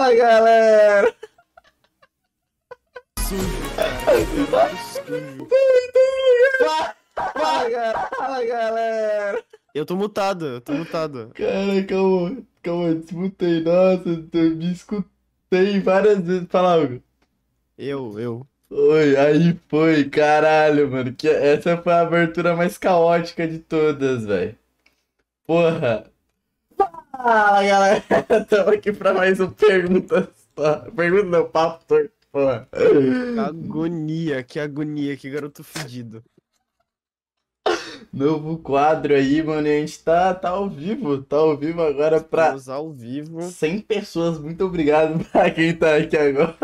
Fala, galera! Sujo, cara. Garoto sujo. Fala, galera! Eu tô mutado. Cara, calma, desmutei. Nossa, eu me escutei várias vezes falar algo. Eu. Oi, aí foi, caralho, mano. Essa foi a abertura mais caótica de todas, velho. Porra! Fala, galera! Tamo aqui pra mais um Pergunta Só. Pergunta não, papo torto, porra. Que agonia, que garoto fedido. Novo quadro aí, mano, e a gente tá ao vivo agora pra Estamos ao vivo. 100 pessoas. Muito obrigado pra quem tá aqui agora.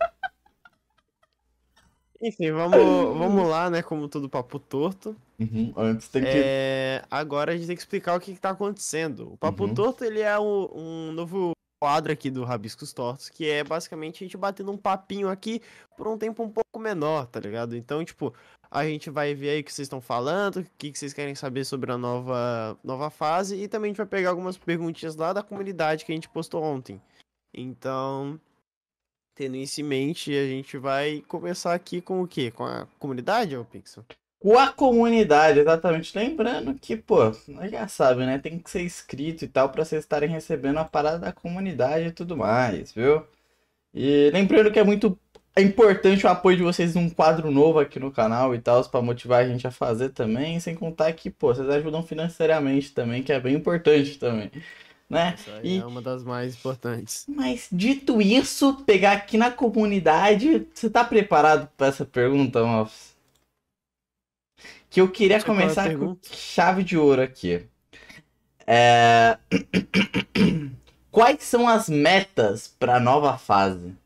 Enfim, vamos lá, né? Como todo papo torto. Antes tem que. Agora a gente tem que explicar o que tá acontecendo. O Papo Uhum. Torto, ele é um novo quadro aqui do Rabiscos Tortos, que é basicamente a gente batendo um papinho aqui por um tempo um pouco menor, tá ligado? Então, tipo, a gente vai ver aí o que vocês estão falando, o que vocês querem saber sobre a nova fase, e também a gente vai pegar algumas perguntinhas lá da comunidade que a gente postou ontem. Então, tendo isso em mente, a gente vai começar aqui com o quê? Com a comunidade, ô Pixel? Com a comunidade, exatamente. Lembrando que, pô, nós já sabe, né? Tem que ser inscrito e tal pra vocês estarem recebendo a parada da comunidade e tudo mais, viu? E lembrando que é importante o apoio de vocês num quadro novo aqui no canal e tal, pra motivar a gente a fazer também. Sem contar que, pô, vocês ajudam financeiramente também, que é bem importante também, né? Essa aí é E uma das mais importantes. Mas dito isso, pegar aqui na comunidade, você tá preparado para essa pergunta, Malfs? Que eu queria Sei qual é a começar com pergunta? chave de ouro aqui. É... Quais são as metas para a nova fase?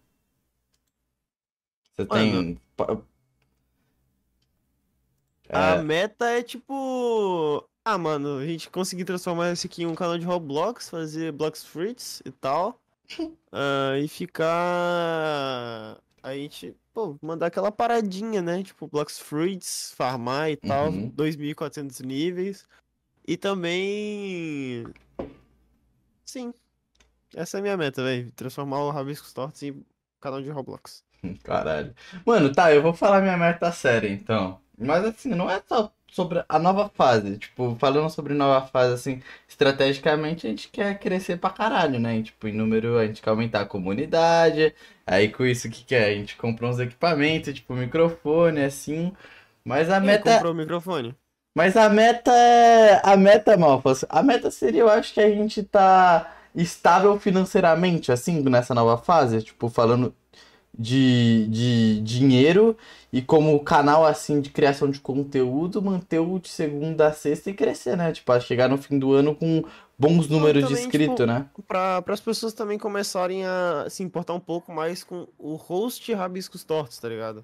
Você Mano, tem. a É... meta é tipo. Ah, mano, a gente conseguir transformar esse aqui em um canal de Roblox, fazer Blox Fruits e tal. E ficar. A gente, pô, mandar aquela paradinha, né? Tipo, Blox Fruits, farmar e tal, Uhum. 2.400 níveis. E também. Sim, essa é a minha meta, velho. Transformar o Rabiscos Tortos em canal de Roblox. Caralho. Mano, tá, eu vou falar minha meta séria, então. Mas assim, não é só sobre a nova fase. Tipo, falando sobre nova fase, assim, estrategicamente a gente quer crescer pra caralho, né? Tipo, em número, a gente quer aumentar a comunidade. Aí com isso, o que que é? A gente compra uns equipamentos, tipo, microfone, assim. Mas a E aí, meta. comprou o microfone? Mas a meta é. A meta, Malfas. A meta seria, eu acho que a gente tá estável financeiramente, assim, nessa nova fase. Tipo, falando de dinheiro e como canal assim de criação de conteúdo, manter o de segunda a sexta e crescer, né? Tipo, a chegar no fim do ano com bons Não, e números de também, inscrito, tipo, né? para as pessoas também começarem a se importar um pouco mais com o host Rabiscos Tortos, tá ligado?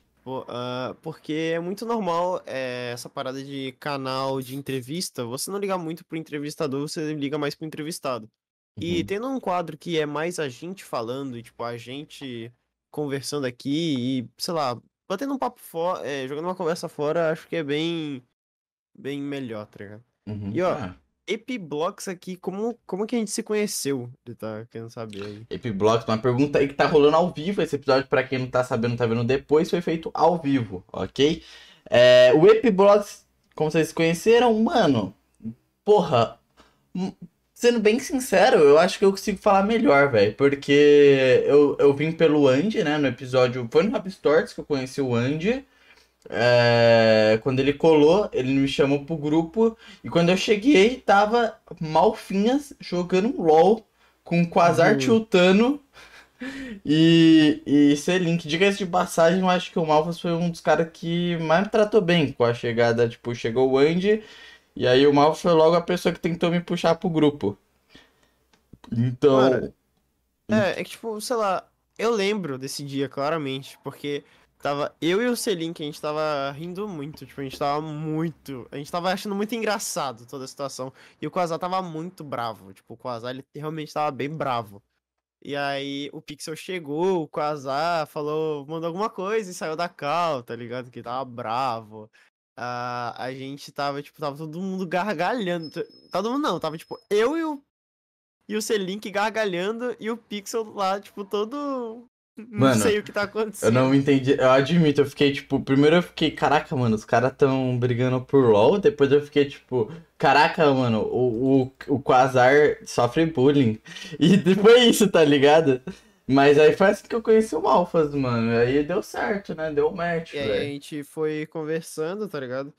Porque é muito normal essa parada de canal de entrevista, você não liga muito pro entrevistador, você liga mais pro entrevistado. E Uhum. tendo um quadro que é mais a gente falando, e tipo, a gente conversando aqui e, sei lá, batendo um papo fora, jogando uma conversa fora, acho que é bem melhor, tá ligado? Uhum. E ó, Ah, Epiblocks aqui, como que a gente se conheceu? Ele tá querendo saber aí. Epiblox, uma pergunta aí que tá rolando ao vivo. Esse episódio, pra quem não tá sabendo, tá vendo depois, foi feito ao vivo, ok? O Epiblox, como vocês conheceram, mano, porra, sendo bem sincero, eu acho que eu consigo falar melhor, velho. Porque eu vim pelo Andy, né? No episódio. Foi no Rap Stories que eu conheci o Andy. Quando ele colou, ele me chamou pro grupo. E quando eu cheguei, tava Malfinhas jogando um LOL com Quasar tiltando e Selink. Diga-se de passagem, eu acho que o Malphas foi um dos caras que mais me tratou bem com a chegada. Tipo, chegou o Andy. E aí o Malphas foi logo a pessoa que tentou me puxar pro grupo. Mano, Então, é que tipo, sei lá, eu lembro desse dia claramente, porque tava eu e o Selim que a gente tava rindo muito, tipo, a gente tava achando muito engraçado toda a situação, e o Quasar tava muito bravo, tipo, o Quasar ele realmente tava bem bravo. E aí o Pixel chegou, o Quasar falou, mandou alguma coisa e saiu da cal, tá ligado? Que tava bravo. A gente tava, tipo, tava todo mundo gargalhando. Todo mundo não, tava tipo, eu e o e o Selink gargalhando e o Pixel lá, tipo, todo... Não Mano, sei o que tá eu acontecendo. não entendi. Eu admito, eu fiquei tipo. Primeiro eu fiquei, caraca, mano, os caras tão brigando por LOL. Depois eu fiquei tipo, caraca, mano, o Quasar sofre bullying. E foi isso, tá ligado? Mas aí foi assim que eu conheci o Malphas, mano. Aí deu certo, né? Deu match, E aí a velho. gente foi conversando, tá ligado?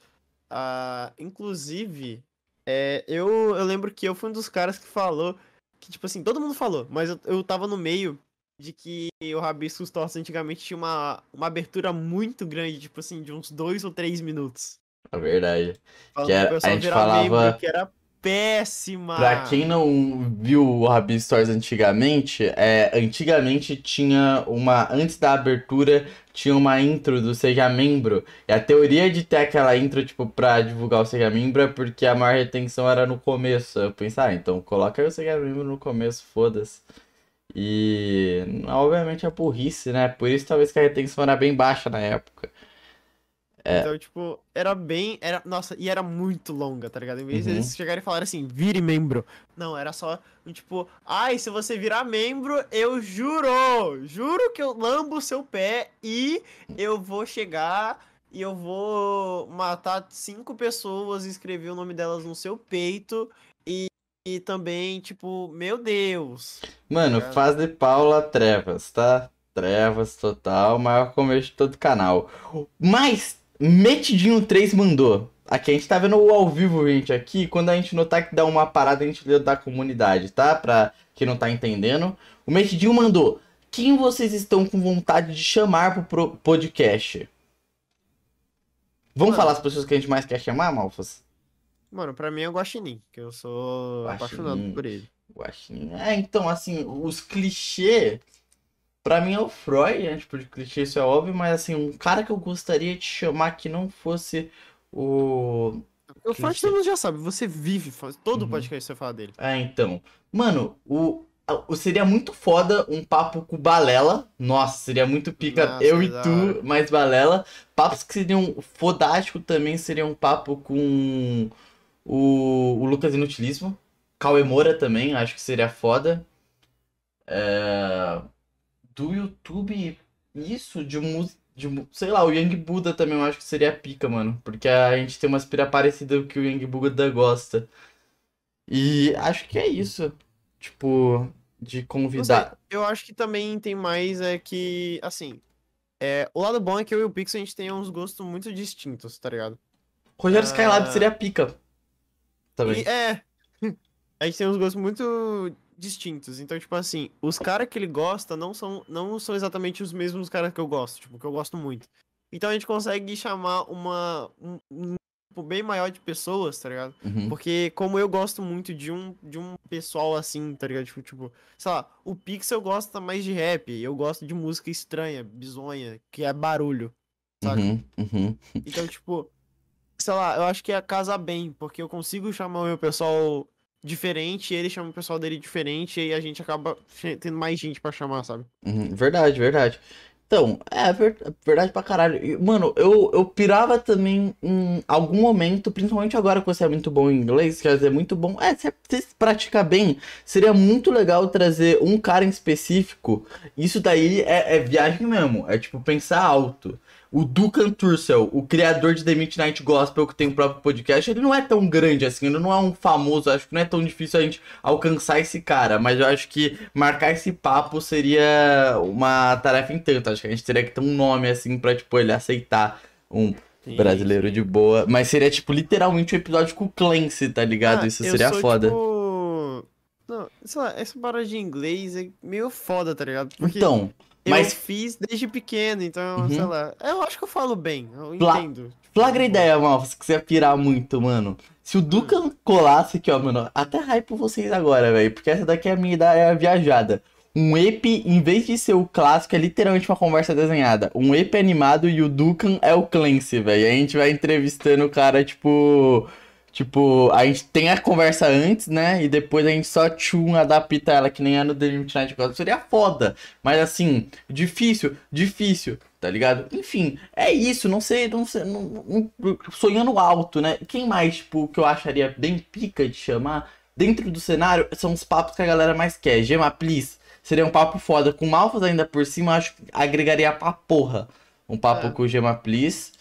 Inclusive, eu lembro que eu fui um dos caras que falou que, tipo assim, todo mundo falou, mas eu tava no meio de que o Rabiscos Tortos antigamente tinha uma abertura muito grande, tipo assim, de uns 2 ou 3 minutos. É verdade. Que Falando pro era, a pessoal gente virar membro, falava. que era Pra péssima. quem não viu o Rabis Stories antigamente, antigamente tinha uma. Antes da abertura, tinha uma intro do Seja Membro. E a teoria de ter aquela intro, tipo, pra divulgar o Seja Membro é porque a maior retenção era no começo. Eu pensei, então coloca aí o Seja Membro no começo, foda-se. E obviamente é burrice, né? Por isso talvez que a retenção era bem baixa na época. Então, tipo, nossa, e era muito longa, tá ligado? Em vez de Uhum. eles chegarem e falarem assim, vire membro. Não, era só, tipo, ai, se você virar membro, eu juro que eu lambo o seu pé e eu vou chegar e eu vou matar 5 pessoas e escrever o nome delas no seu peito e também, tipo, meu Deus, tá Mano, ligado? faz de Paula Trevas, tá? Trevas total, maior começo de todo canal. Mas, Metidinho 3 mandou. Aqui a gente tá vendo o ao vivo, gente, aqui. Quando a gente notar que dá uma parada, a gente lê da comunidade, tá? Pra quem não tá entendendo. O Metidinho mandou. Quem vocês estão com vontade de chamar pro podcast? Vamos falar Mano, as pessoas que a gente mais quer chamar, Malfas? mano, pra mim é o Guaxinim, que eu sou apaixonado Guaxinim, por ele. Guaxinim. Então, assim, os clichês. Pra mim é o Freud, né? Tipo, de clichê, isso é óbvio, mas assim, um cara que eu gostaria de chamar que não fosse o O Freud todo clichê. mundo já sabe, você vive, todo Uhum. podcast você fala dele. Então. Mano, seria muito foda um papo com o Balela. Nossa, seria muito pica. Nossa, Eu é e da hora. tu, mais Balela. Papos que seriam fodástico também seria um papo com o Lucas Inutilismo. Cauê Moura também, acho que seria foda. Do YouTube, isso, sei lá, o Young Buddha também eu acho que seria pica, mano. Porque a gente tem uma aspira parecida que o Young Buddha gosta. E acho que é isso. Tipo, de Não sei, convidar. eu acho que também tem mais que, assim, o lado bom é que eu e o Pix a gente tem uns gostos muito distintos, tá ligado? Rogério Skylab Ah, seria pica e também. a gente tem uns gostos muito distintos. Então, tipo assim, os caras que ele gosta não são exatamente os mesmos caras que eu gosto, tipo, que eu gosto muito. Então a gente consegue chamar um grupo bem maior de pessoas, tá ligado? Uhum, Porque como eu gosto muito de um pessoal assim, tá ligado? Tipo, sei lá, o Pixel gosta mais de rap, eu gosto de música estranha, bizonha, que é barulho, saca? uhum, uhum. Então, tipo, sei lá, eu acho que ia casar bem, porque eu consigo chamar o meu pessoal diferente, ele chama o pessoal dele diferente, e aí a gente acaba tendo mais gente pra chamar, sabe? Verdade, verdade. Então, verdade pra caralho. Mano, eu pirava também em algum momento, principalmente agora que você é muito bom em inglês, quer dizer, muito bom. Você pratica bem. Seria muito legal trazer um cara em específico. Isso daí é viagem mesmo. É tipo pensar alto. O Duncan Trussell, o criador de The Midnight Gospel, que tem o próprio podcast, ele não é tão grande assim, ele não é um famoso, acho que não é tão difícil a gente alcançar esse cara, mas eu acho que marcar esse papo seria uma tarefa em tanto. Acho que a gente teria que ter um nome assim pra, tipo, ele aceitar um Sim, brasileiro sim. de boa. Mas seria, tipo, literalmente um episódio com o Clancy, tá ligado? Isso Eu seria sou foda. tipo. Não, sei lá, essa parada de inglês é meio foda, tá ligado? Porque Então, eu mas. fiz desde pequeno, então, sei Uhum. lá. Eu acho que eu falo bem, eu Fla... entendo, tipo, Flagra um pouco. ideia, Malfas, que você ia pirar muito, mano. Se o Hum, Ducan colasse aqui, ó, mano, até hype vocês agora, velho, porque essa daqui é a minha ideia viajada. Um EP, em vez de ser o clássico, é literalmente uma conversa desenhada. Um EP animado e o Ducan é o Clancy, velho. A gente vai entrevistando o cara, tipo. Tipo, a gente tem a conversa antes, né? E depois a gente só adapta ela, que nem é no The Midnight Gospel. Seria foda. Mas assim, difícil, difícil, tá ligado? Enfim, é isso. Não sei, sonhando alto, né? Quem mais, tipo, que eu acharia bem pica de chamar? dentro do cenário, são os papos que a galera mais quer. Gema, please. Seria um papo foda. Com Malphas ainda por cima, eu acho que agregaria pra porra. Um papo com o Gema, please.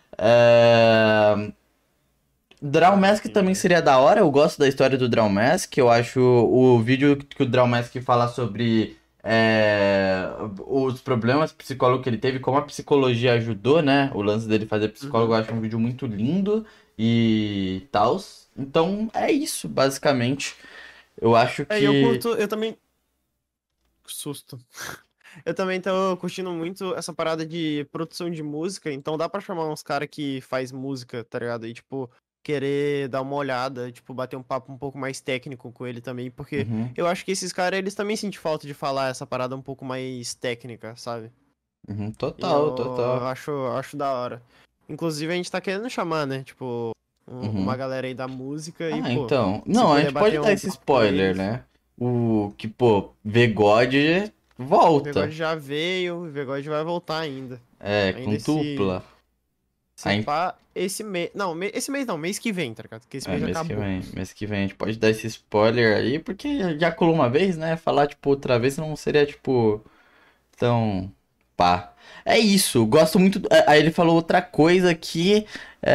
Draw Mask também seria da hora. Eu gosto da história do Draw Mask. Eu acho o vídeo que o Draw Mask fala sobre os problemas psicológicos que ele teve, como a psicologia ajudou, né? O lance dele fazer psicólogo, eu acho um vídeo muito lindo e tal. Então é isso, basicamente. Eu acho que. Eu também. Susto. Eu também tô curtindo muito essa parada de produção de música, então dá pra chamar uns caras que faz música, tá ligado? E, tipo, querer dar uma olhada, tipo, bater um papo um pouco mais técnico com ele também, porque eu acho que esses caras, eles também sentem falta de falar essa parada um pouco mais técnica, sabe? E Total, eu total. acho da hora. Inclusive, a gente tá querendo chamar, né? Tipo, uma galera aí da música e, Ah, pô, então. se Não, a puder gente pode bater dar um esse papo com spoiler, eles. né? O que, pô, Vegode O Vegode volta. já veio, o Vegode vai voltar ainda. Com Ainda dupla. se Aí, pá, esse mês. Não, esse mês não, mês que vem, tá ligado? Porque esse mês já mês que acabou. vem. Mês que vem a gente pode dar esse spoiler aí, porque já colou uma vez, né? Falar, tipo, outra vez não seria, tipo, tão. Pá. É isso. Gosto muito. Aí ele falou outra coisa que.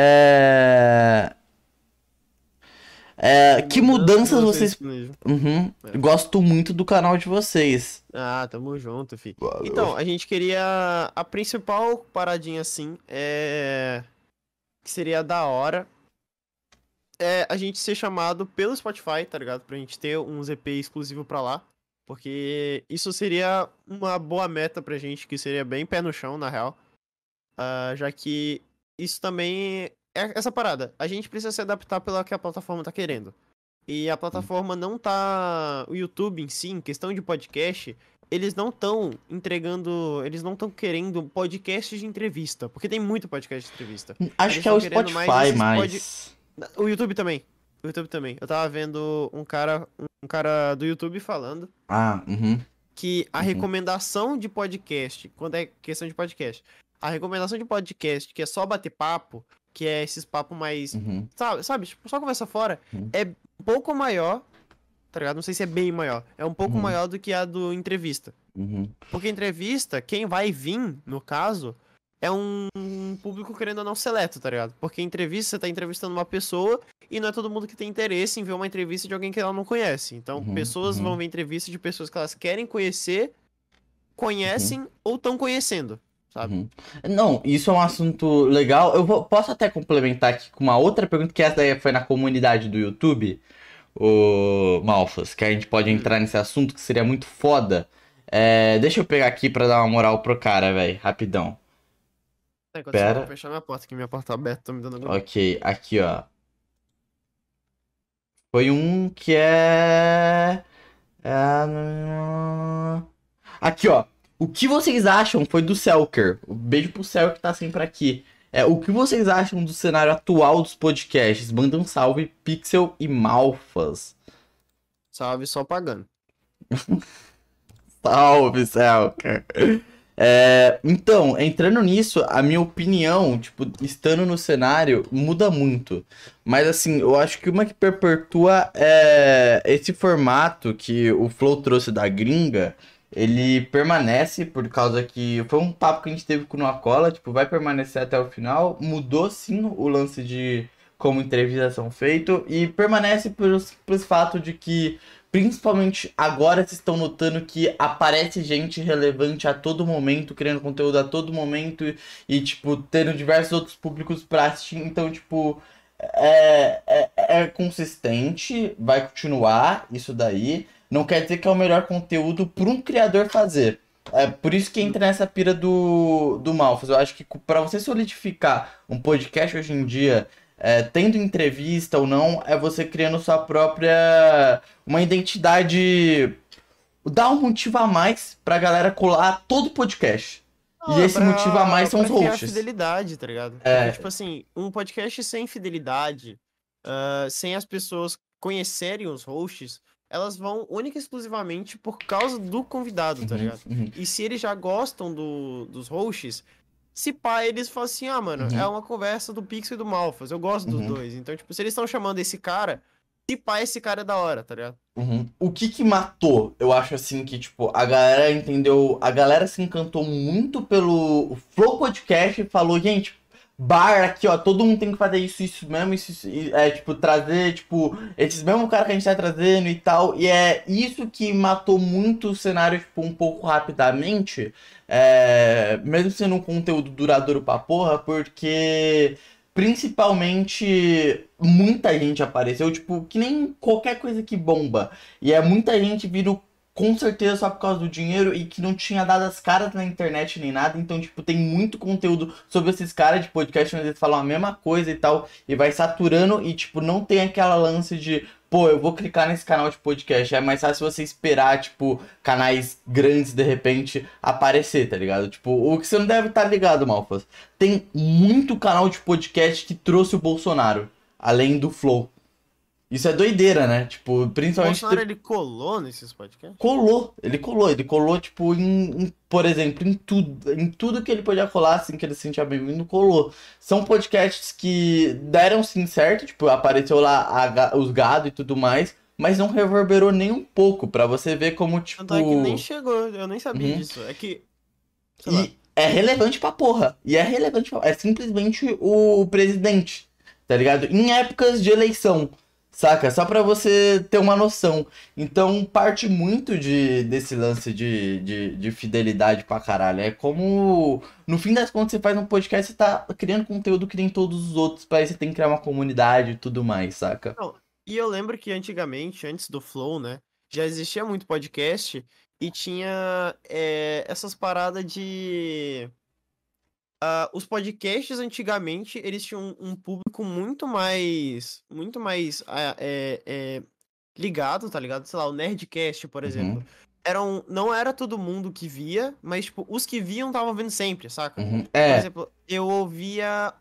Que Que mudanças mudanças vocês vocês. planejam? Uhum. É. Gosto muito do canal de vocês. Ah, tamo junto, fi. Valeu. Então, a gente queria. A principal paradinha assim é. Que seria da hora. É a gente ser chamado pelo Spotify, tá ligado? Pra gente ter um ZP exclusivo pra lá. Porque isso seria uma boa meta pra gente, que seria bem pé no chão, na real. Já que isso também é essa parada. A gente precisa se adaptar pelo que a plataforma tá querendo. E a plataforma não tá. O YouTube em si, em questão de podcast, eles não estão entregando. Eles não estão querendo podcasts de entrevista. Porque tem muito podcast de entrevista. Acho Eles que é estão o querendo mais Spotify, esses mas. O YouTube também. O YouTube também. Eu tava vendo um cara do YouTube falando Ah, uhum. que a Uhum. recomendação de podcast, quando é questão de podcast, a recomendação de podcast, que é só bater papo, que é esses papos mais, Uhum. sabe, tipo, só conversa fora, Uhum. é um pouco maior, tá ligado? Não sei se é bem maior, é um pouco Uhum. maior do que a do entrevista. Uhum. Porque entrevista, quem vai vir, no caso, é um público querendo ou não seleto, tá ligado? Porque entrevista, você tá entrevistando uma pessoa e não é todo mundo que tem interesse em ver uma entrevista de alguém que ela não conhece. Então, Uhum. pessoas vão Uhum. ver entrevista de pessoas que elas querem conhecer, Uhum. conhecem ou estão conhecendo, sabe? Uhum. Não, isso é um assunto legal. Posso até complementar aqui com uma outra pergunta, que essa daí foi na comunidade do YouTube, o Malfas, que a gente pode entrar nesse assunto, que seria muito foda. Deixa eu pegar aqui pra dar uma moral pro cara, velho, rapidão. Enquanto isso, eu vou Pera. fechar minha porta, que minha porta tá aberta, tá me dando agonia. Ok, aqui ó. Foi um que é. Aqui, ó. O que vocês acham foi do Selker? Um beijo pro Selker que tá sempre aqui. O que vocês acham do cenário atual dos podcasts? Manda um salve, Pixel e Malfas. Salve, só pagando. Salve, Selker. Então, entrando nisso, a minha opinião, tipo, estando no cenário, muda muito. Mas assim, eu acho que uma que perpetua é esse formato que o Flow trouxe da gringa, ele permanece por causa que foi um papo que a gente teve com o Noacola, tipo, vai permanecer até o final. Mudou sim o lance de como entrevistas são feitas e permanece pelo fato de que principalmente agora vocês estão notando que aparece gente relevante a todo momento, criando conteúdo a todo momento tipo, tendo diversos outros públicos pra assistir. Então, tipo, é consistente, vai continuar isso daí. Não quer dizer que é o melhor conteúdo para um criador fazer. É por isso que entra nessa pira do Malfas. Eu acho que para você solidificar um podcast hoje em dia, tendo entrevista ou não, é você criando sua própria uma identidade, dá um motivo a mais pra galera colar todo podcast. E Não, esse motivo a mais são os pra criar hosts. fidelidade, tá ligado? Porque, tipo assim, um podcast sem fidelidade, sem as pessoas conhecerem os hosts, elas vão única e exclusivamente por causa do convidado, tá ligado? Uhum. E se eles já gostam dos hosts, se pá, eles falam assim, mano, é uma conversa do Pixel e do Malfas, eu gosto dos dois. Então, tipo, se eles estão chamando esse cara, se pá, esse cara é da hora, tá ligado? Uhum. O que matou? Eu acho assim que, tipo, a galera entendeu. A galera se encantou muito pelo Flow Podcast e falou, gente, bar aqui, ó, todo mundo tem que fazer isso mesmo, tipo, trazer, tipo, esses mesmos caras que a gente tá trazendo e tal. E é isso que matou muito o cenário, tipo, um pouco rapidamente. Mesmo sendo um conteúdo duradouro pra porra, porque. Principalmente, muita gente apareceu, tipo, que nem qualquer coisa que bomba. E muita gente vindo com certeza só por causa do dinheiro e que não tinha dado as caras na internet nem nada. Então, tipo, tem muito conteúdo sobre esses caras de podcast, onde eles falam a mesma coisa e tal. E vai saturando e, tipo, não tem aquela lance de, pô, eu vou clicar nesse canal de podcast. É mais fácil você esperar, tipo, canais grandes de repente aparecer, tá ligado? Tipo, o que você não deve estar ligado, Malfas. Tem muito canal de podcast que trouxe o Bolsonaro, além do Flow. Isso é doideira, né? Tipo, O principalmente Bolsonaro, ele colou nesses podcasts? ele colou, tipo, por exemplo, em tudo que ele podia colar, assim, que ele se sentia bem-vindo, colou. São podcasts que deram sim certo, tipo, apareceu lá os gado e tudo mais, mas não reverberou nem um pouco, pra você ver como, Tanto é que nem tipo... chegou, eu nem sabia Uhum. disso. É que, sei lá. E é relevante pra porra. E é relevante é simplesmente o presidente, tá ligado? Em épocas de eleição, saca? Só pra você ter uma noção. Então parte muito desse lance de fidelidade pra caralho. É como, no fim das contas, você faz um podcast, você tá criando conteúdo que nem todos os outros, pra aí você tem que criar uma comunidade e tudo mais, saca? Não, e eu lembro que antigamente, antes do Flow, né, já existia muito podcast e tinha essas paradas de... os podcasts antigamente, eles tinham um público muito mais ligado, tá ligado? Sei lá, o Nerdcast, por exemplo. Uhum, Não era todo mundo que via, mas, tipo, os que viam estavam vendo sempre, saca? uhum. Por exemplo, eu ouvia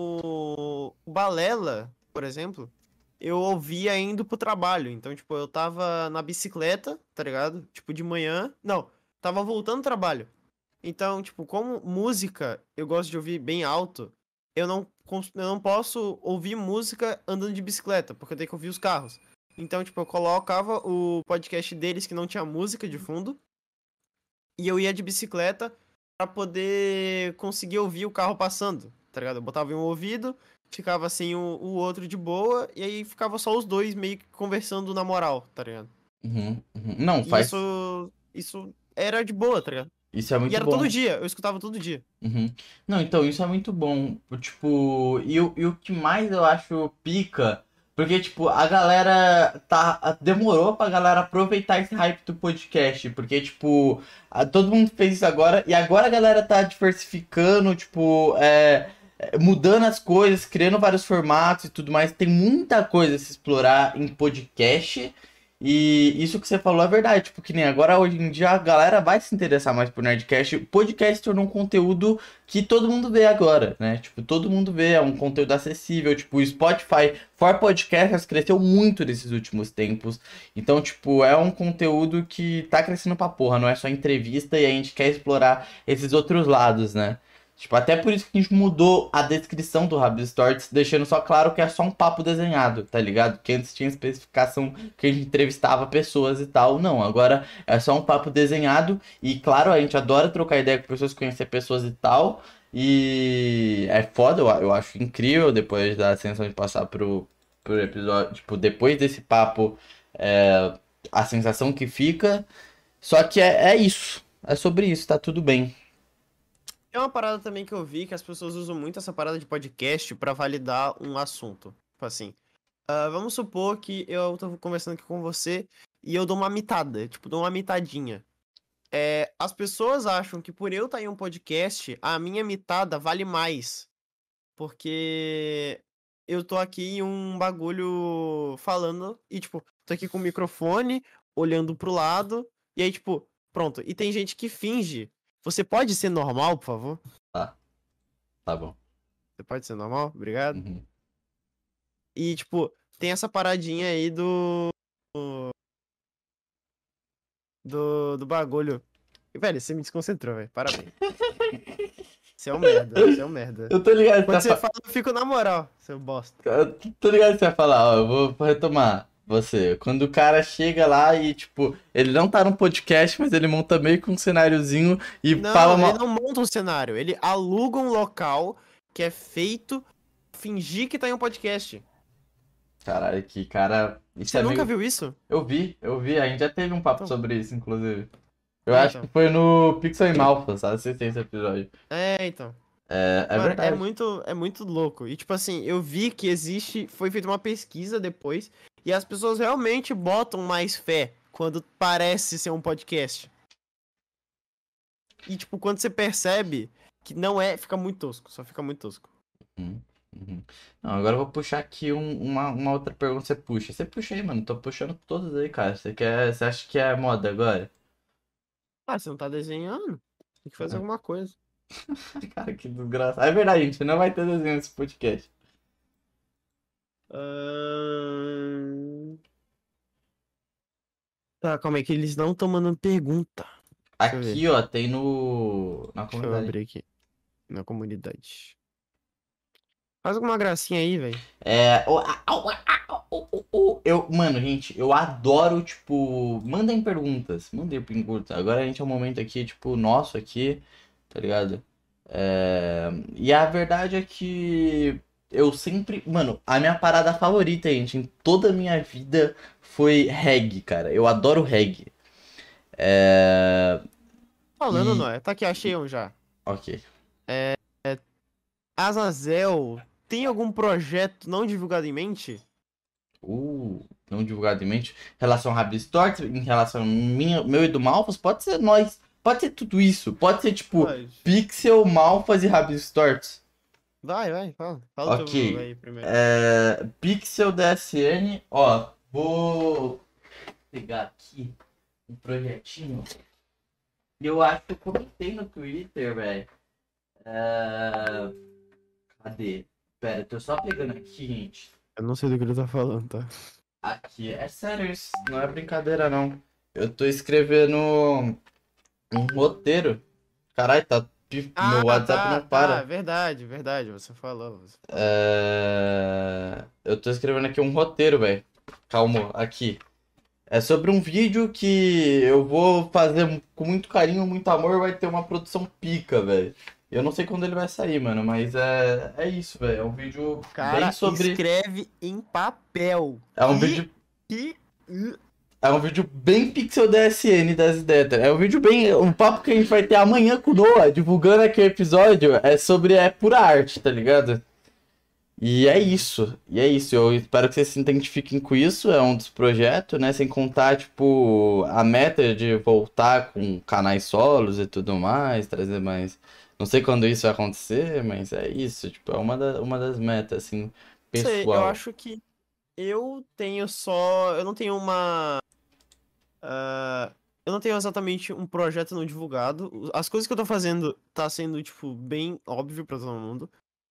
o Balela, por exemplo, eu ouvia indo pro trabalho. Então, tipo, eu tava na bicicleta, tá ligado? Tipo, de manhã. Não, tava voltando do trabalho. Então, tipo, como música eu gosto de ouvir bem alto, eu não posso ouvir música andando de bicicleta, porque eu tenho que ouvir os carros. Então, tipo, eu colocava o podcast deles que não tinha música de fundo, e eu ia de bicicleta pra poder conseguir ouvir o carro passando, tá ligado? Eu botava em um ouvido, ficava assim o outro de boa, e aí ficava só os dois meio que conversando na moral, tá ligado? Uhum. Não, E faz. isso era de boa, tá ligado? Isso é E muito era todo bom. dia, eu escutava todo dia. Uhum. Não, então, isso é muito bom. Tipo, e o que mais eu acho pica, porque, tipo, a galera demorou pra galera aproveitar esse hype do podcast, porque, tipo, todo mundo fez isso agora, e agora a galera tá diversificando, tipo, mudando as coisas, criando vários formatos e tudo mais. Tem muita coisa a se explorar em podcast. E isso que você falou é verdade, tipo, que nem agora, hoje em dia, a galera vai se interessar mais por Nerdcast. O podcast se tornou um conteúdo que todo mundo vê agora, né? Tipo, todo mundo vê, é um conteúdo acessível. Tipo, o Spotify for Podcasts cresceu muito nesses últimos tempos. Então, tipo, é um conteúdo que tá crescendo pra porra, não é só entrevista e a gente quer explorar esses outros lados, né? Tipo, até por isso que a gente mudou a descrição do Rabis Torts, deixando só claro que é só um papo desenhado, tá ligado? Que antes tinha especificação que a gente entrevistava pessoas e tal. Não, agora é só um papo desenhado. E claro, a gente adora trocar ideia com pessoas, conhecer pessoas e tal. E é foda, eu acho incrível depois da sensação de passar pro episódio. Tipo, depois desse papo, a sensação que fica. Só que é isso. É sobre isso, tá tudo bem. É uma parada também que eu vi que as pessoas usam muito essa parada de podcast pra validar um assunto. Tipo assim, vamos supor que eu tô conversando aqui com você e eu dou uma mitada, tipo, dou uma mitadinha. As pessoas acham que por eu estar em um podcast, a minha mitada vale mais. Porque eu tô aqui em um bagulho falando e, tipo, tô aqui com o microfone, olhando pro lado, e aí, tipo, pronto. E tem gente que finge. Você pode ser normal, por favor? Tá, tá bom. Você pode ser normal? Obrigado. Uhum. E, tipo, tem essa paradinha aí do bagulho. Velho, você me desconcentrou, velho. Parabéns. Você é um merda, você é um merda. Eu tô ligado que Quando você você vai fala, eu fico na moral, seu bosta. eu tô ligado que você vai falar, ó, eu vou retomar. Você, quando o cara chega lá e, tipo, ele não tá no podcast, mas ele monta meio que um cenáriozinho e fala Não, ele uma. não monta um cenário, ele aluga um local que é feito pra fingir que tá em um podcast. Caralho, que cara. Isso Você é nunca meio. viu isso? Eu vi, a gente já teve um papo Então, sobre isso, inclusive. Eu é, acho que então. foi no Pixel e Malfas, assistei esse episódio. É, então. É Mano, verdade. é muito louco. E tipo assim, eu vi que existe, foi feita uma pesquisa depois, e as pessoas realmente botam mais fé quando parece ser um podcast. E tipo, quando você percebe que não é, fica muito tosco, só fica muito tosco. Uhum, uhum. Não, agora eu vou puxar aqui uma outra pergunta. Você puxa. Você puxa aí, mano. Tô puxando todas aí, cara. Você acha que é moda agora? Ah, você não tá desenhando? Tem que fazer alguma coisa. Cara, que desgraça. É verdade, gente. Não vai ter desenho nesse podcast. Ahn, Tá, calma aí, que eles não estão mandando pergunta. Deixa eu ver. Aqui, ó, tem no. Na Deixa eu comunidade. abrir aqui. Na comunidade. Faz alguma gracinha aí, velho. É. Mano, gente, eu adoro, tipo. Mandem perguntas. Mandem perguntas. Agora a gente é um momento aqui, tipo, nosso aqui, tá ligado? E a verdade é que eu sempre. Mano, a minha parada favorita, gente, em toda a minha vida foi reggae, cara. Eu adoro reggae. É. Falando, não E. é? Tá aqui, achei um já. Ok. Azazel, tem algum projeto não divulgado em mente? Não divulgadamente. Em relação a Rabis Torts, em relação a meu e do Malfas, pode ser nós. Pode ser tudo isso. Pode ser tipo Vai, Pixel, Malfas e Rabis Torts. vai, fala. Fala o teu Ok. aí primeiro. Pixel DSN. Ó, vou pegar aqui um projetinho. Eu acho que eu comentei no Twitter, velho. É, Cadê? Pera, tô só pegando aqui, gente. Eu não sei do que ele tá falando, tá? Aqui, é sério isso, não é brincadeira não. Eu tô escrevendo um roteiro. Caralho, meu Ah, WhatsApp tá, não tá. para. Verdade, verdade. Você falou, você falou. Eu tô escrevendo aqui um roteiro, velho. Calma, aqui. É sobre um vídeo que eu vou fazer com muito carinho, muito amor, vai ter uma produção pica, velho. Eu não sei quando ele vai sair, mano, mas é isso, velho. É um vídeo bem Cara, sobre. escreve em papel. É um vídeo Que... É um vídeo bem pixel DSN das ideias. É um vídeo bem. Um papo que a gente vai ter amanhã com o Noah, divulgando aqui o episódio, é sobre pura arte, tá ligado? E é isso. E é isso. Eu espero que vocês se identifiquem com isso. É um dos projetos, né? Sem contar, tipo, a meta de voltar com canais solos e tudo mais, trazer mais. Não sei quando isso vai acontecer, mas é isso. Tipo, é uma das metas, assim, Sei, eu pessoal. acho que eu tenho só... Eu não tenho uma... Eu não tenho exatamente um projeto não divulgado. As coisas que eu tô fazendo tá sendo, tipo, bem óbvio pra todo mundo.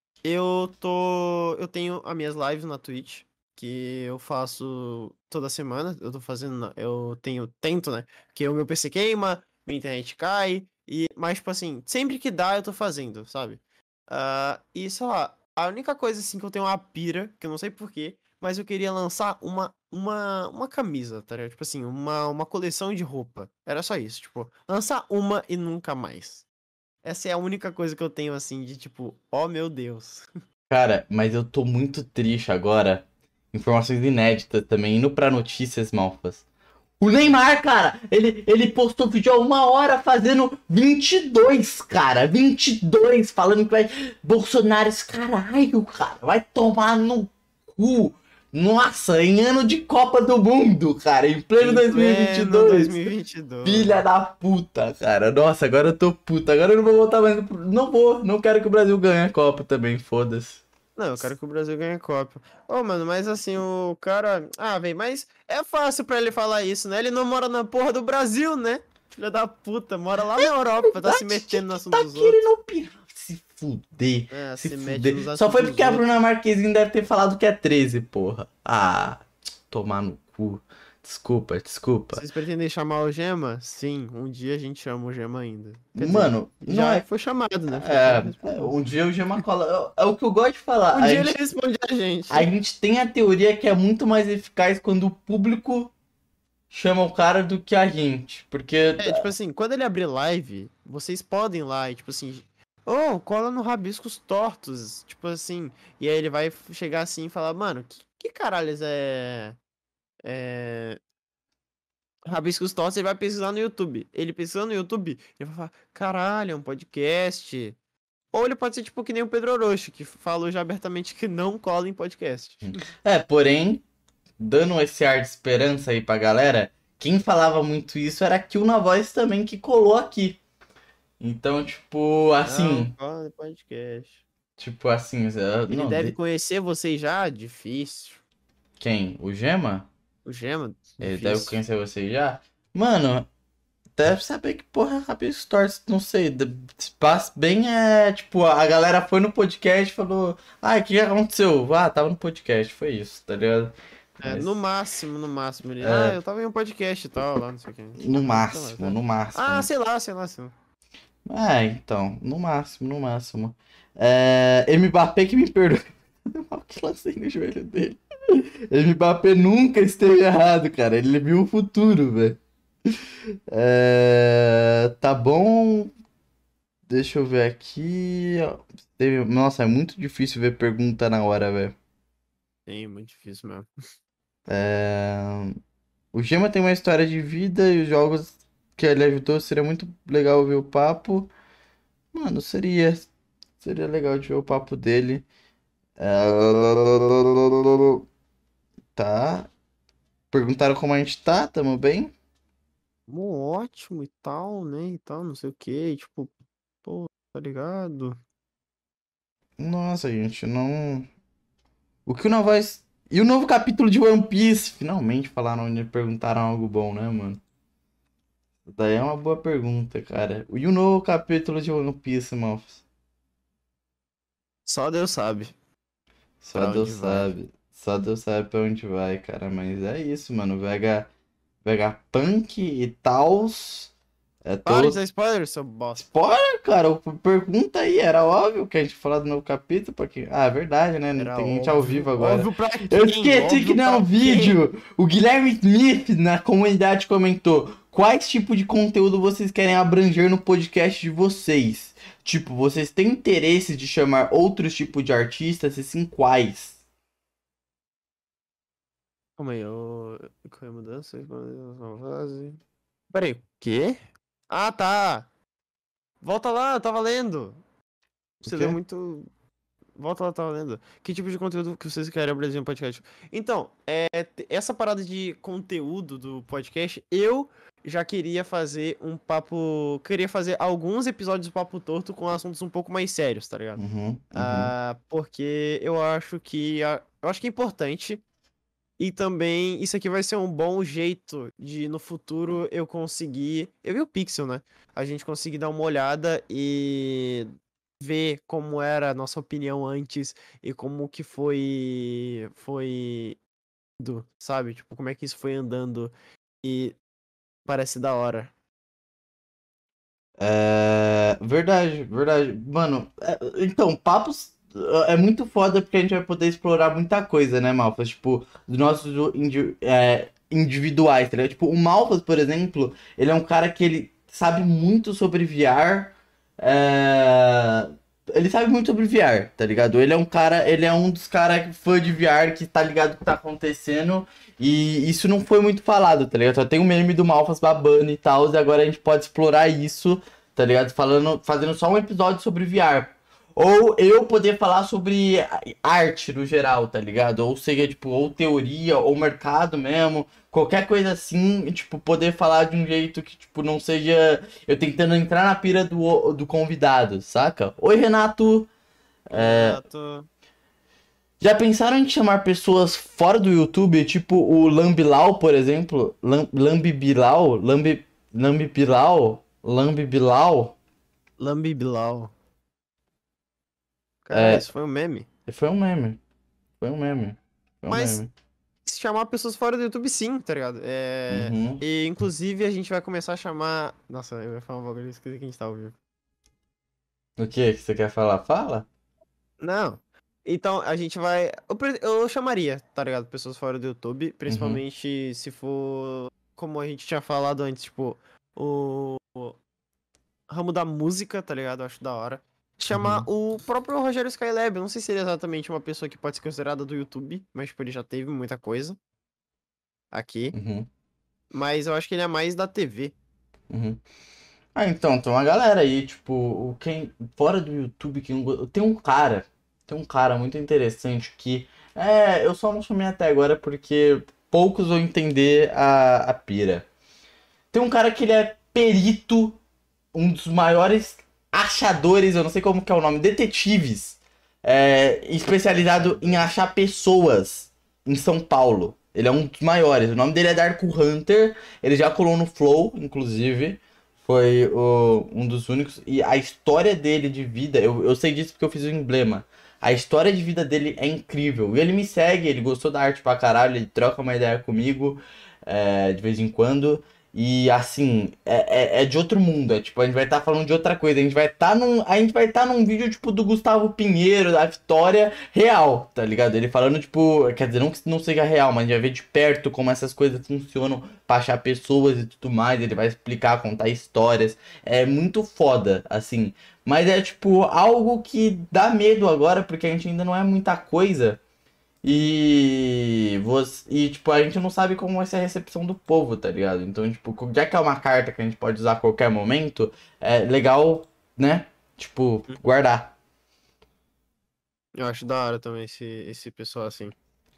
Eu tenho as minhas lives na Twitch, que eu faço toda semana. Eu tô fazendo, tento, né? Porque o meu PC queima, minha internet cai, mas, tipo assim, sempre que dá eu tô fazendo, sabe? E sei lá, a única coisa, assim, que eu tenho uma pira, que eu não sei porquê, mas eu queria lançar uma camisa, tá ligado? Tipo assim, uma coleção de roupa. Era só isso, tipo, lançar uma e nunca mais. Essa é a única coisa que eu tenho, assim, de tipo, oh meu Deus. Cara, mas eu tô muito triste agora. Informações inéditas também, indo pra notícias, Malfas. O Neymar, cara, ele postou vídeo há 1 hora fazendo 22, cara. 22, falando que vai. Bolsonaro, esse caralho, cara. Vai tomar no cu. Nossa, em ano de Copa do Mundo, cara. Em pleno Em pleno 2022. 2022. Filha da puta, cara. Nossa, agora eu tô puta. Agora eu não vou voltar mais. Não vou. Não quero que o Brasil ganhe a Copa também, foda-se. Não, eu quero que o Brasil ganhe a Copa. Ô, mano, mas assim, o cara. Ah, velho, mas é fácil pra ele falar isso, né? Ele não mora na porra do Brasil, né? Filha da puta, mora lá na Europa, tá se metendo no assunto Tá dos outros. querendo opinar. Se fuder. É, Se se mete nos fuder. Só foi assuntos porque dos a outros. Bruna Marquezine deve ter falado que é 13, porra. Ah, tomar no cu. Desculpa. Vocês pretendem chamar o Gema? Sim, um dia a gente chama o Gema ainda. Quer dizer, Mano, não já é. foi chamado, né? Falta ele responder. Um dia o Gema cola. É o que eu gosto de falar. Um dia ele responde a gente. A gente tem a teoria que é muito mais eficaz quando o público chama o cara do que a gente. Porque. Tipo assim, quando ele abrir live, vocês podem ir lá e, tipo assim, ô, cola no Rabiscos Tortos, tipo assim, e aí ele vai chegar assim e falar, mano, que caralhos é Rabiscos Tortos? Ele vai pesquisar no YouTube. Ele pesquisando no YouTube, ele vai falar, caralho, é um podcast. Ou ele pode ser tipo que nem o Pedro Orochi, que falou já abertamente que não cola em podcast. Porém, dando esse ar de esperança aí pra galera, quem falava muito isso era a Kill na Voz também, que colou aqui. Então, tipo, Não, assim. cola em podcast. Tipo assim. Ele Não, deve conhecer vocês já? Difícil. quem? O Gema? O Gema? Ele deve Difícil. conhecer você já? Mano, deve saber que porra é Rabisco Stories, não sei. Passa bem tipo, a galera foi no podcast e falou: Ah, o que aconteceu? Ah, tava no podcast, foi isso, tá ligado? No Mas, máximo ele. é, Eu tava em um podcast e tal, lá, não sei o que. no máximo, no Ah, máximo. sei lá. Então, no máximo, no máximo. Mbappé que me perdoe. Eu mal que lancei no joelho dele. Mbappé nunca esteve errado, cara. Ele viu o futuro, velho. Tá bom. Deixa eu ver aqui. Nossa, é muito difícil ver pergunta na hora, velho. Sim, muito difícil mesmo. O Gema tem uma história de vida e os jogos que ele ajudou. Seria muito legal ver o papo. Mano, seria. Seria legal de ver o papo dele. Tá. Perguntaram como a gente tá, tamo bem? Ótimo e tal, né? E tal, não sei o que. Tipo, pô, tá ligado? Nossa, gente, não. O que o Novaes. E o novo capítulo de One Piece? Finalmente falaram onde perguntaram algo bom, né, mano? Daí é uma boa pergunta, cara. E o novo capítulo de One Piece, Malphas? Só Deus sabe Só pra Deus onde vai. sabe. Só Deus sabe pra onde vai, cara. Mas é isso, mano. Vegapunk e tals. Para de dar spoiler, seu bosta. Spoiler, cara. Pergunta aí. Era óbvio que a gente ia falar do novo capítulo. Porque... Ah, é verdade, né? Não Era tem gente ao óbvio. vivo agora. Óbvio pra Eu quem? esqueci que Óbvio não é pra um quem? vídeo. O Guilherme Smith na comunidade comentou: quais tipos de conteúdo vocês querem abranger no podcast de vocês? Tipo, vocês têm interesse de chamar outros tipos de artistas? E sim, quais? Calma aí, qual é a mudança? Fase. Peraí, o quê? Ah, tá. Volta lá, eu tava lendo. O Você deu quê? muito. Volta lá, tava lendo. Que tipo de conteúdo que vocês querem abrir no podcast? Então, essa parada de conteúdo do podcast, eu já queria fazer um papo. Queria fazer alguns episódios do Papo Torto com assuntos um pouco mais sérios, tá ligado? Uhum. Porque eu acho que. Eu acho que é importante. E também, isso aqui vai ser um bom jeito de, no futuro, eu conseguir. Eu e o Pixel, né? A gente conseguir dar uma olhada e ver como era a nossa opinião antes e como que foi indo, sabe? Tipo, como é que isso foi andando e parece da hora. Verdade, verdade. Mano, então, papos é muito foda porque a gente vai poder explorar muita coisa, né, Malfas? Tipo, dos nossos individuais, tá ligado? Tipo, o Malfas, por exemplo, ele é um cara que ele sabe muito sobre VR. é, Ele sabe muito sobre VR, tá ligado? Ele é um dos caras fã de VR que tá ligado o que tá acontecendo. E isso não foi muito falado, tá ligado? Só tem um meme do Malfas babando e tal, e agora a gente pode explorar isso, tá ligado? Fazendo só um episódio sobre VR. Ou eu poder falar sobre arte no geral, tá ligado? Ou seja, tipo, ou teoria, ou mercado mesmo, qualquer coisa assim, e, tipo, poder falar de um jeito que, tipo, não seja eu tentando entrar na pira do convidado, saca? Oi, Renato! Oi, Renato. Já pensaram em chamar pessoas fora do YouTube, tipo o Lambilau, por exemplo? Lambibilau? Lambibilau? Lambibilau? Lambi Bilal. Cara, É, isso foi um meme. foi um meme. Foi um meme. Foi um Mas meme. esse chamar pessoas fora do YouTube sim, tá ligado? Uhum. E inclusive a gente vai começar a chamar. Nossa, eu ia falar um bagulho, eu esqueci que a gente tá ao vivo. O que você quer falar? Fala. Não. Então, a gente vai. Eu chamaria, tá ligado? Pessoas fora do YouTube, Uhum. principalmente se for. Como a gente tinha falado antes, tipo, o ramo da música, tá ligado? Eu acho da hora. Chamar Uhum. o próprio Rogério Skylab. Eu não sei se ele é exatamente uma pessoa que pode ser considerada do YouTube, mas, tipo, ele já teve muita coisa aqui. Uhum. Mas eu acho que ele é mais da TV. Uhum. Ah, então, tem uma galera aí, tipo, quem, fora do YouTube, tem um cara muito interessante que, eu só não chamei até agora porque poucos vão entender a pira. Tem um cara que ele é perito, um dos maiores achadores, eu não sei como que é o nome, detetives, especializado em achar pessoas em São Paulo. Ele é um dos maiores. O nome dele é Darko Hunter. Ele já colou no Flow, inclusive. Foi um dos únicos. E a história dele de vida, eu sei disso porque eu fiz o emblema. A história de vida dele é incrível. E ele me segue, ele gostou da arte pra caralho, ele troca uma ideia comigo de vez em quando. E assim, é de outro mundo. É tipo, a gente vai estar falando de outra coisa. A gente vai estar num vídeo tipo do Gustavo Pinheiro, da Vitória, real, tá ligado? Ele falando, tipo, quer dizer, não que não seja real, mas a gente vai ver de perto como essas coisas funcionam pra achar pessoas e tudo mais. Ele vai explicar, contar histórias. É muito foda, assim. Mas é tipo algo que dá medo agora, porque a gente ainda não é muita coisa. Tipo, a gente não sabe como vai ser a recepção do povo, tá ligado? Então, tipo, já que é uma carta que a gente pode usar a qualquer momento, é legal, né? Tipo, guardar. Eu acho da hora também esse pessoal assim.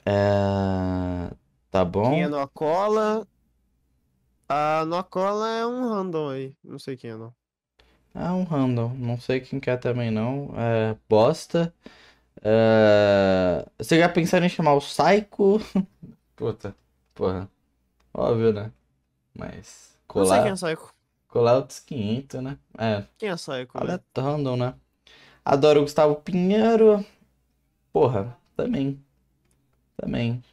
Tá Quem é bom? no Acola? A no Acola é um random aí. Não sei quem é, não. Ah, um random. Não sei quem quer também, não. É, bosta. Você já pensou em chamar o Psycho? Puta, porra. Óbvio, né? Mas Não sei quem é colar, Psycho. colar outros 500, né? Quem é Psycho, velho? Random, né? Adoro o Gustavo Pinheiro. Porra, também, também,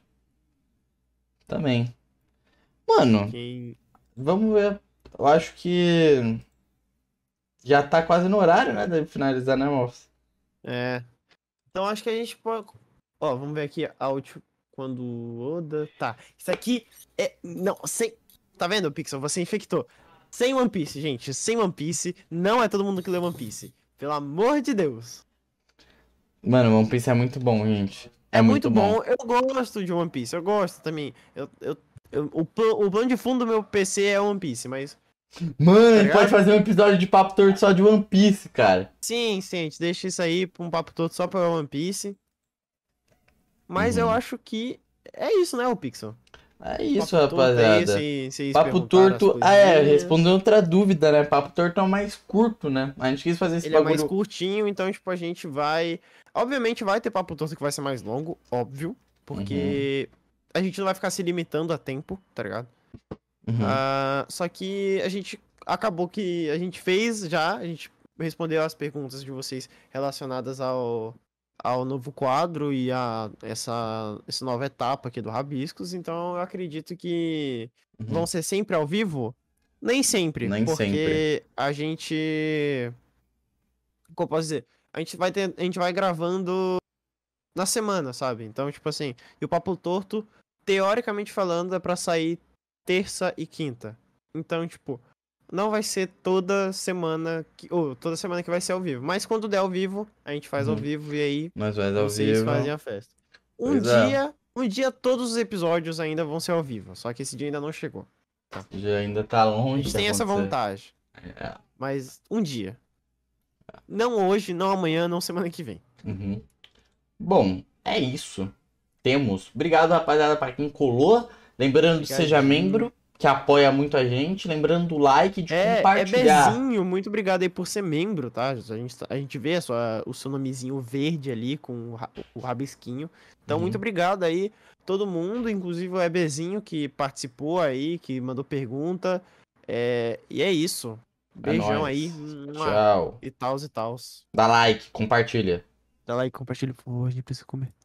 também. Mano, Quem. vamos ver. Eu acho que já tá quase no horário, né? De finalizar, né, moço? É. Então acho que a gente pode. Ó, vamos ver aqui. Áudio. Quando Oda. Tá. Isso aqui é. Não, sem. Tá vendo, Pixel? Você infectou. Sem One Piece, gente. Sem One Piece. Não é todo mundo que lê One Piece. Pelo amor de Deus. Mano, One Piece é muito bom, gente. É É muito muito bom. bom. Eu gosto de One Piece. Eu gosto também. O plano de fundo do meu PC é One Piece, mas. Mano, a Tá gente pode ligado? fazer um episódio de Papo Torto só de One Piece, cara. Sim, sim, a gente deixa isso aí pra um papo todo só pra One Piece. Mas eu Uhum. acho que é isso, né, o Pixel? É isso, Papo todo aí, rapaziada. vocês Papo perguntaram as Torto. Respondendo coisinhas. outra dúvida, né? Papo Torto é o mais curto, né? A gente quis fazer esse Ele é mais bagulho. curtinho, então, tipo, a gente vai. Obviamente vai ter papo torto que vai ser mais longo, óbvio. Uhum, Porque a gente não vai ficar se limitando a tempo, tá ligado? uhum, Só que a gente acabou que a gente fez já, a gente respondeu as perguntas de vocês relacionadas ao novo quadro e a essa nova etapa aqui do Rabiscos, então eu acredito que vão uhum. ser sempre ao vivo? Nem sempre, Nem sempre. porque a gente, como eu posso dizer, a gente vai gravando na semana, sabe? Então, tipo assim, e o Papo Torto, teoricamente falando, é pra sair terça e quinta. Então, tipo, não vai ser toda semana que vai ser ao vivo. Mas quando der ao vivo, a gente faz ao Uhum. vivo e aí Mas mais ao vocês fazem vivo. a festa. Pois é. Um dia todos os episódios ainda vão ser ao vivo, só que esse dia ainda não chegou. Tá? Já ainda tá A longe gente de tem essa acontecer. vantagem, É. mas um dia. Não hoje, não amanhã, não semana que vem. Uhum. Bom, é isso. Temos. Obrigado, rapaziada, para quem colou. Lembrando, seja Obrigadinho. membro, que apoia muito a gente. Lembrando do like e de É compartilhar. Bezinho, muito obrigado aí por ser membro, tá? A gente vê o seu nomezinho verde ali com o rabisquinho. Então, muito Uhum. obrigado aí, todo mundo, inclusive o Ebezinho que participou aí, que mandou pergunta. E é isso. É Beijão aí. nóis. Tchau. E tals e tals. Dá like, compartilha. Dá like, compartilha, por favor, a gente precisa comer.